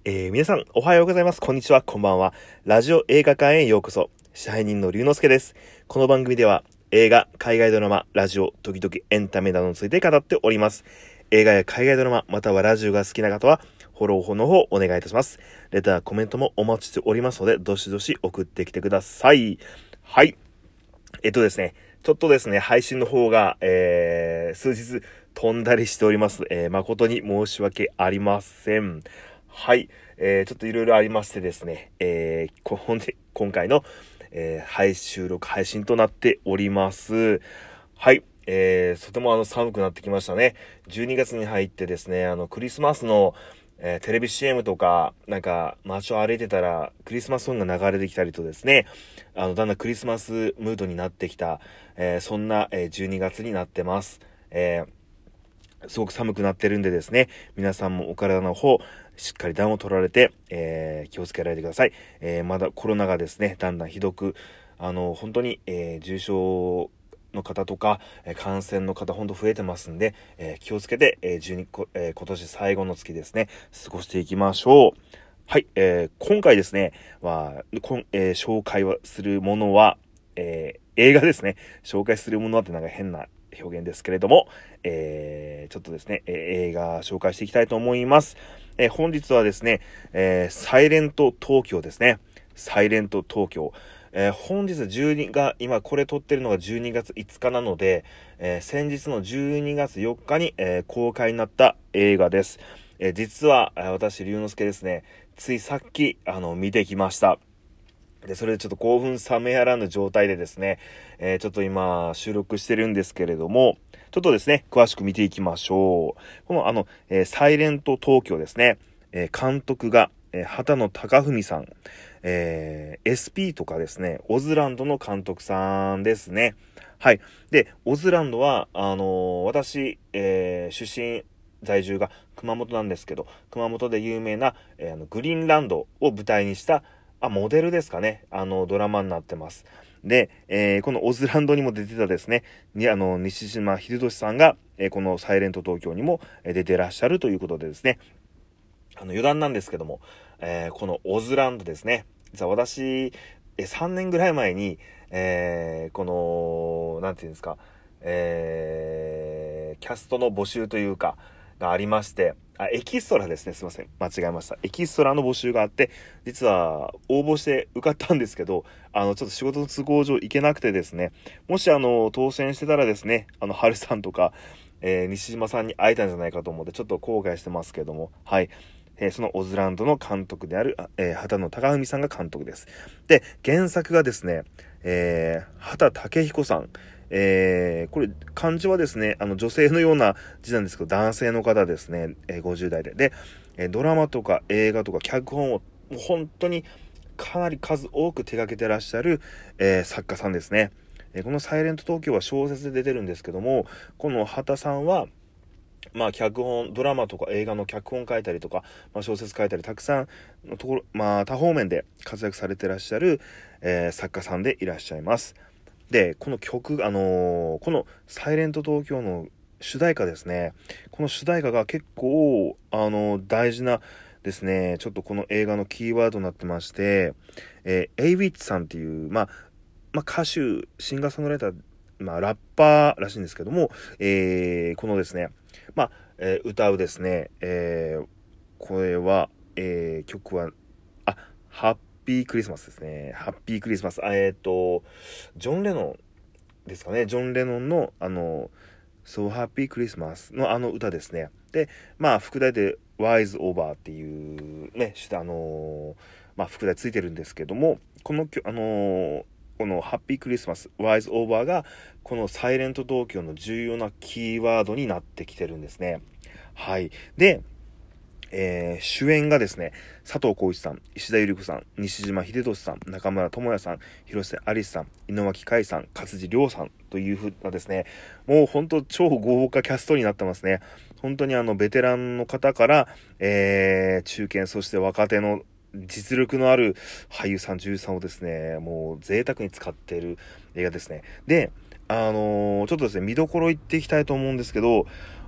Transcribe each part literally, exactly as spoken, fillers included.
えー、皆さんおはようございます。こんにちは、こんばんは。ラジオ映画館へようこそ。支配人の龍之介です。この番組では映画、海外ドラマ、ラジオ、時々エンタメなどについて語っております。映画や海外ドラマ、またはラジオが好きな方はフォローの方お願いいたします。レター、コメントもお待ちしておりますので、どしどし送ってきてください。はい。えっとですね、ちょっとですね、配信の方が、えー、数日飛んだりしております。えー、誠に申し訳ありません。はい。えー、ちょっといろいろありましてですね、えー、こほんで今回の、えー、配収録配信となっております。はい。えー、とてもあの寒くなってきましたね。じゅうにがつに入ってですね、あのクリスマスの、えー、テレビ シーエム とか、なんか街を歩いてたらクリスマスソングが流れてきたりとですね、あのだんだんクリスマスムードになってきた、えー、そんな、えー、じゅうにがつになってます。えーすごく寒くなってるんでですね、皆さんもお体の方、しっかり暖を取られて、えー、気をつけられてください。えー、まだコロナがですね、だんだんひどく、あの、本当に、えー、重症の方とか、えー、感染の方、本当増えてますんで、えー、気をつけて、えーじゅうにこえー、今年最後の月ですね、過ごしていきましょう。はい、えー、今回ですね、は、こんえー、紹介はするものは、えー、映画ですね。紹介するものはってなんか変な表現ですけれども、えー、ちょっとですね、えー、映画紹介していきたいと思います。えー、本日はですね、えー、サイレント東京ですね。サイレント東京。えー、本日じゅうにが、今これ撮ってるのがじゅうにがついつかなので、えー、先日のじゅうにがつよっかに、えー、公開になった映画です。えー、実は、私、龍之介ですね、ついさっき、あの、見てきました。で、それでちょっと興奮冷めやらぬ状態でですね、えー、ちょっと今収録してるんですけれども、ちょっとですね、詳しく見ていきましょう。このあの、えー、サイレント東京ですね、えー、監督が、えー、畑野貴文さん、えー、エスピー とかですね、オズランドの監督さんですね。はい。で、オズランドは、あのー、私、えー、出身、在住が熊本なんですけど、熊本で有名な、えー、あのグリーンランドを舞台にしたあ、モデルですかね。あの、ドラマになってます。で、えー、このオズランドにも出てたですね、に、あの、西島秀俊さんが、えー、このサイレント東京にも、えー、出てらっしゃるということでですね、あの、余談なんですけども、えー、このオズランドですね、実は私、えー、さんねんぐらい前に、えー、この、なんていうんですか、えー、キャストの募集というか、がありまして、あ、エキストラですね。すいません。間違えました。エキストラの募集があって、実は応募して受かったんですけど、あの、ちょっと仕事の都合上行けなくてですね、もしあの、当選してたらですね、あの、春さんとか、えー、西島さんに会えたんじゃないかと思って、ちょっと後悔してますけども、はい。えー、そのオズランドの監督である、えー、畑野貴文さんが監督です。で、原作がですね、えー、畑武彦さん、えー、これ、漢字はですね、あの、女性のような字なんですけど、男性の方ですね、えー、ごじゅう代で。で、えー、ドラマとか映画とか脚本を、もう本当にかなり数多く手掛けてらっしゃる、えー、作家さんですね。えー、このサイレント東京は小説で出てるんですけども、この畑さんは、まあ、脚本、ドラマとか映画の脚本書いたりとか、まあ、小説書いたり、たくさんのところ、まあ、多方面で活躍されてらっしゃる、えー、作家さんでいらっしゃいます。で、この曲、あのー、このサイレント東京の主題歌ですね。この主題歌が結構、あのー、大事なですね、ちょっとこの映画のキーワードになってまして、えー、エイウィッチさんっていう、まあ、まあ、歌手、シンガーソングライター、まあ、ラッパーらしいんですけども、えー、このですね、まあ、えー、歌うですね、えー、これは、えー、曲は、あ、ハッピークリスマスですね。ハッピークリスマス。えっと、ジョン・レノンですかね。ジョン・レノンの、あの、So Happy Christmas のあの歌ですね。で、まあ、副題で Wise Over っていうね、あのー、まあ、副題ついてるんですけども、この、あのー、このハッピークリスマス Wise Over がこのサイレント東京の重要なキーワードになってきてるんですね。はい。で、えー、主演がですね、佐藤浩市さん、石田ゆり子さん、西島秀俊さん、中村智也さん、広瀬アリスさん、井上脇海さん、勝地涼さんというふうなですね、もう本当超豪華キャストになってますね。本当にあのベテランの方から、えー、中堅、そして若手の実力のある俳優さん、女優さんをですね、もう贅沢に使っている映画ですね。で、あのー、ちょっとですね、見どころ言っていきたいと思うんですけど、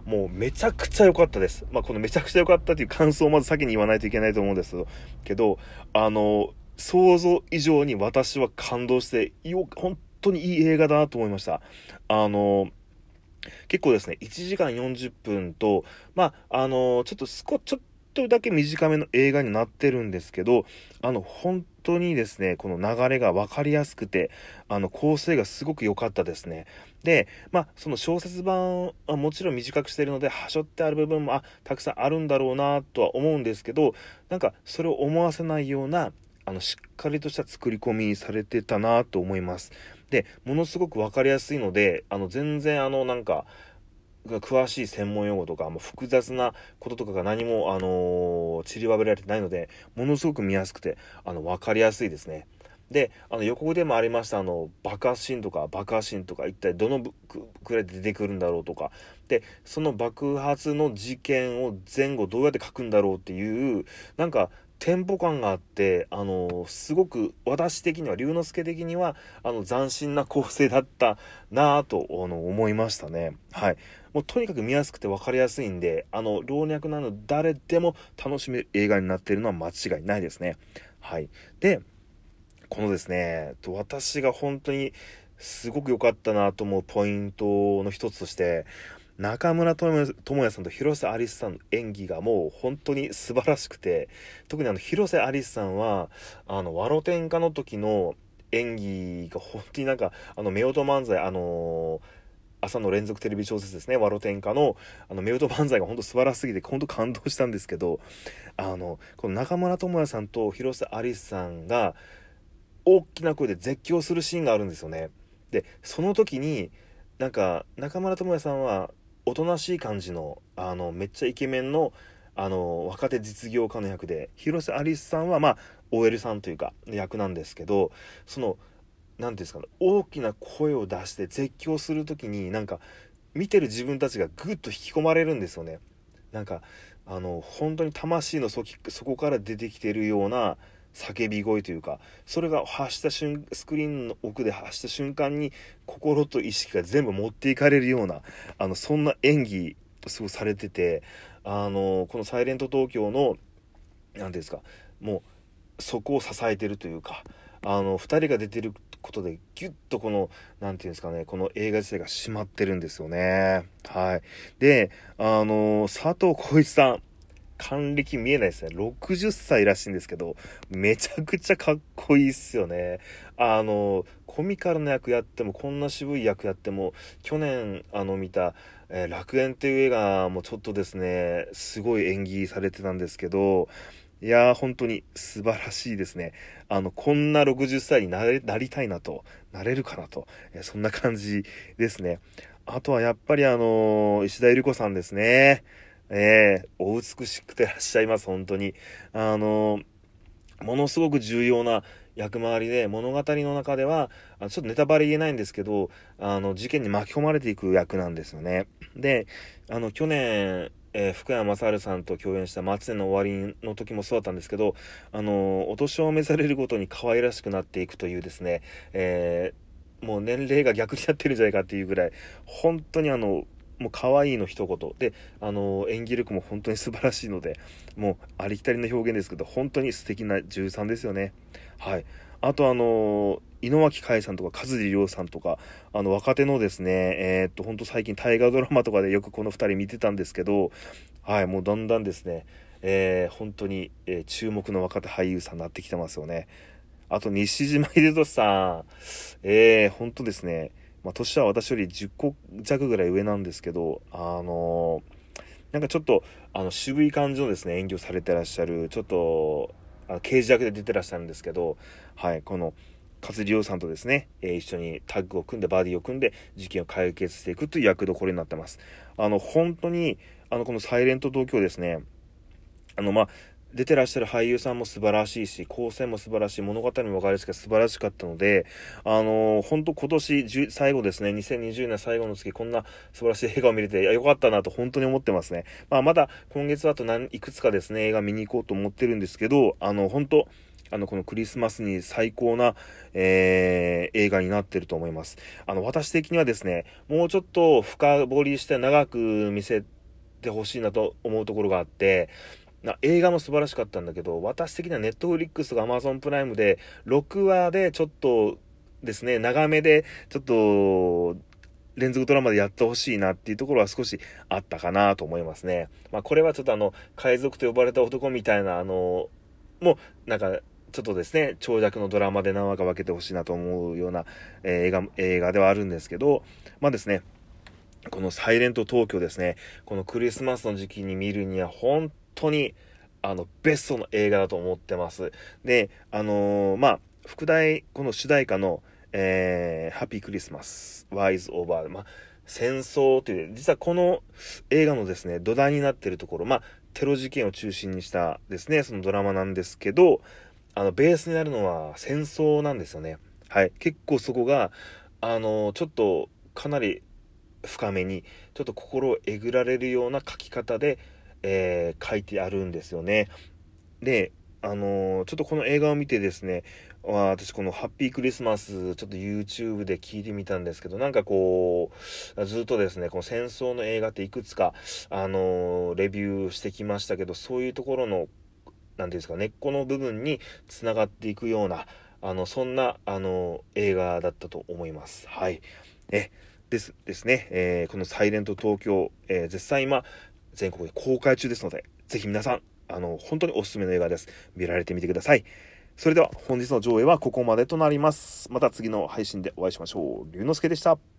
もうめちゃくちゃ良かったです。まあ、このめちゃくちゃ良かったっていう感想をまず先に言わないといけないと思うんですけど、あの、想像以上に私は感動して、よ、本当にいい映画だなと思いました。あの、結構ですね、いちじかんよんじゅっぷんと、まあ、あの、ちょっと少、ちょっとだけ短めの映画になってるんですけど、あの、本当にですね、この流れが分かりやすくて、あの、構成がすごく良かったですね。で、まあ、その小説版はもちろん短くしてるので、はしょってある部分も、あ、たくさんあるんだろうなとは思うんですけど、なんか、それを思わせないような、あの、しっかりとした作り込みされてたなと思います。で、ものすごく分かりやすいので、あの、全然あの、なんか、詳しい専門用語とか、もう複雑なこととかが何も、あのー散りばめられてないので、ものすごく見やすくて、あの、わかりやすいですね。で、あの、予告でもありました、あの、爆発シーンとか、爆破シーンとか、一体どのぶくくらいで出てくるんだろうとか、で、その爆発の事件を前後どうやって書くんだろうっていう、なんか、テンポ感があって、あのすごく私的には、龍之介的には、あの、斬新な構成だったなぁと、あの、思いましたね。はい。もうとにかく見やすくて分かりやすいんで、あの、老若男女誰でも楽しめる映画になっているのは間違いないですね。はい。で、このですね、と私が本当にすごく良かったなと思うポイントの一つとして、中村倫也さんと広瀬アリスさんの演技がもう本当に素晴らしくて、特にあの広瀬アリスさんは、あの、ワロテンカの時の演技が本当になんか、あの、夫婦漫才、あのー朝の連続テレビ小説ですね、ワロテンカの、あの、夫婦漫才が本当素晴らしすぎて、本当感動したんですけど、あの、この中村倫也さんと広瀬アリスさんが、大きな声で絶叫するシーンがあるんですよね。で、その時に、なんか、中村倫也さんは、おとなしい感じの、あの、めっちゃイケメンの、あの、若手実業家の役で、広瀬アリスさんは、まあ、オーエル さんというか、役なんですけど、その、なんていうんですかね、大きな声を出して絶叫する時に、なんか、見てる自分たちがぐっと引き込まれるんですよね。なんか、あの、本当に魂の底そこから出てきてるような叫び声というか、それが発した瞬スクリーンの奥で発した瞬間に心と意識が全部持っていかれるような、あの、そんな演技すごいされてて、あの、このサイレント東京の、なんていうんですか、もうそこを支えてるというか、あのふたりが出てることでギュッとこのなんていうんですかね、この映画自体が締まってるんですよね。はい。で、あの佐藤浩市さん、還暦見えないですね。ろくじゅっさいらしいんですけど、めちゃくちゃかっこいいっすよね。あのコミカルな役やっても、こんな渋い役やっても、去年あの見た、えー楽園っていう映画もちょっとですね、すごい演技されてたんですけど、いやー、本当に素晴らしいですね。あの、こんなろくじゅっさいになれ、なりたいなと、なれるかなと、えーそんな感じですね。あとはやっぱりあのー石田ゆり子さんですね。えー、お美しくてらっしゃいます、本当に。あのーものすごく重要な役回りで、物語の中では、あのちょっとネタバレ言えないんですけど、あの、事件に巻き込まれていく役なんですよね。で、あの、去年、えー福山雅治さんと共演した松江の終わりの時もそうだったんですけど、あの、お年を召されるごとに可愛らしくなっていくというですね、えーもう年齢が逆になってるんじゃないかっていうぐらい、本当にあの、もう可愛いの一言で、あの演技力も本当に素晴らしいので、もうありきたりな表現ですけど、本当に素敵なじゅうさんですよね。はい。あとあの井之脇海さんとか勝地涼さんとか、あの若手のですね、えーっと本当最近大河ドラマとかでよくこのふたり見てたんですけど、はい、もうだんだんですね、えー本当に、えー注目の若手俳優さんになってきてますよね。あと西島秀俊さん、えー、本当ですね、まあ、年は私よりじゅっこ弱ぐらい上なんですけど、あのーなんかちょっとあの渋い感じのですね演技をされてらっしゃる、ちょっとあの刑事役で出てらっしゃるんですけど、はい、この勝地涼さんとですね、えー一緒にタッグを組んでバディを組んで事件を解決していくという役どころになってます。あの本当にあのこの「サイレント東京」ですね、あのまあ出てらっしゃる俳優さんも素晴らしいし、構成も素晴らしい、物語も分かりやすく素晴らしかったので、あのー、本当今年じゅ最後ですね、にせんにじゅうねん最後の月、こんな素晴らしい映画を見れて、いや、よかったなと本当に思ってますね。まあ、まだ今月だと何いくつかですね、映画見に行こうと思ってるんですけど、あの、本当あの、このクリスマスに最高な、えー映画になってると思います。あの、私的にはですね、もうちょっと深掘りして長く見せってほしいなと思うところがあって、な映画も素晴らしかったんだけど、私的にはネットフリックスとかアマゾンプライムでろくわでちょっとですね、長めでちょっと連続ドラマでやってほしいなっていうところは少しあったかなと思いますね。まあこれはちょっとあの海賊と呼ばれた男みたいなあのもうなんかちょっとですね、長尺のドラマで何話か分けてほしいなと思うような、えー映画映画ではあるんですけど、まあですね、このサイレント東京ですね、このクリスマスの時期に見るには本当にあのベストの映画だと思ってます。で、あのーまあ副題、この主題歌の、えー、ハッピークリスマスワイズオーバー、まあ戦争という、実はこの映画のですね土台になっているところ、まあテロ事件を中心にしたですねそのドラマなんですけど、あのベースになるのは戦争なんですよね。はい、結構そこがあのちょっとかなり深めにちょっと心をえぐられるような書き方で、えー書いてあるんですよね。で、あのーちょっとこの映画を見てですね、わ私このハッピークリスマスちょっと YouTube で聞いてみたんですけど、なんかこうずっとですねこの戦争の映画っていくつかあのーレビューしてきましたけど、そういうところのなんていうんですか、根っこの部分につながっていくようなあのそんなあの映画だったと思います。はい。えですですね、えーこのサイレント東京、えー絶賛今全国で公開中ですので、ぜひ皆さんあの本当におすすめの映画です。見られてみてください。それでは本日の上映はここまでとなります。また次の配信でお会いしましょう。龍之介でした。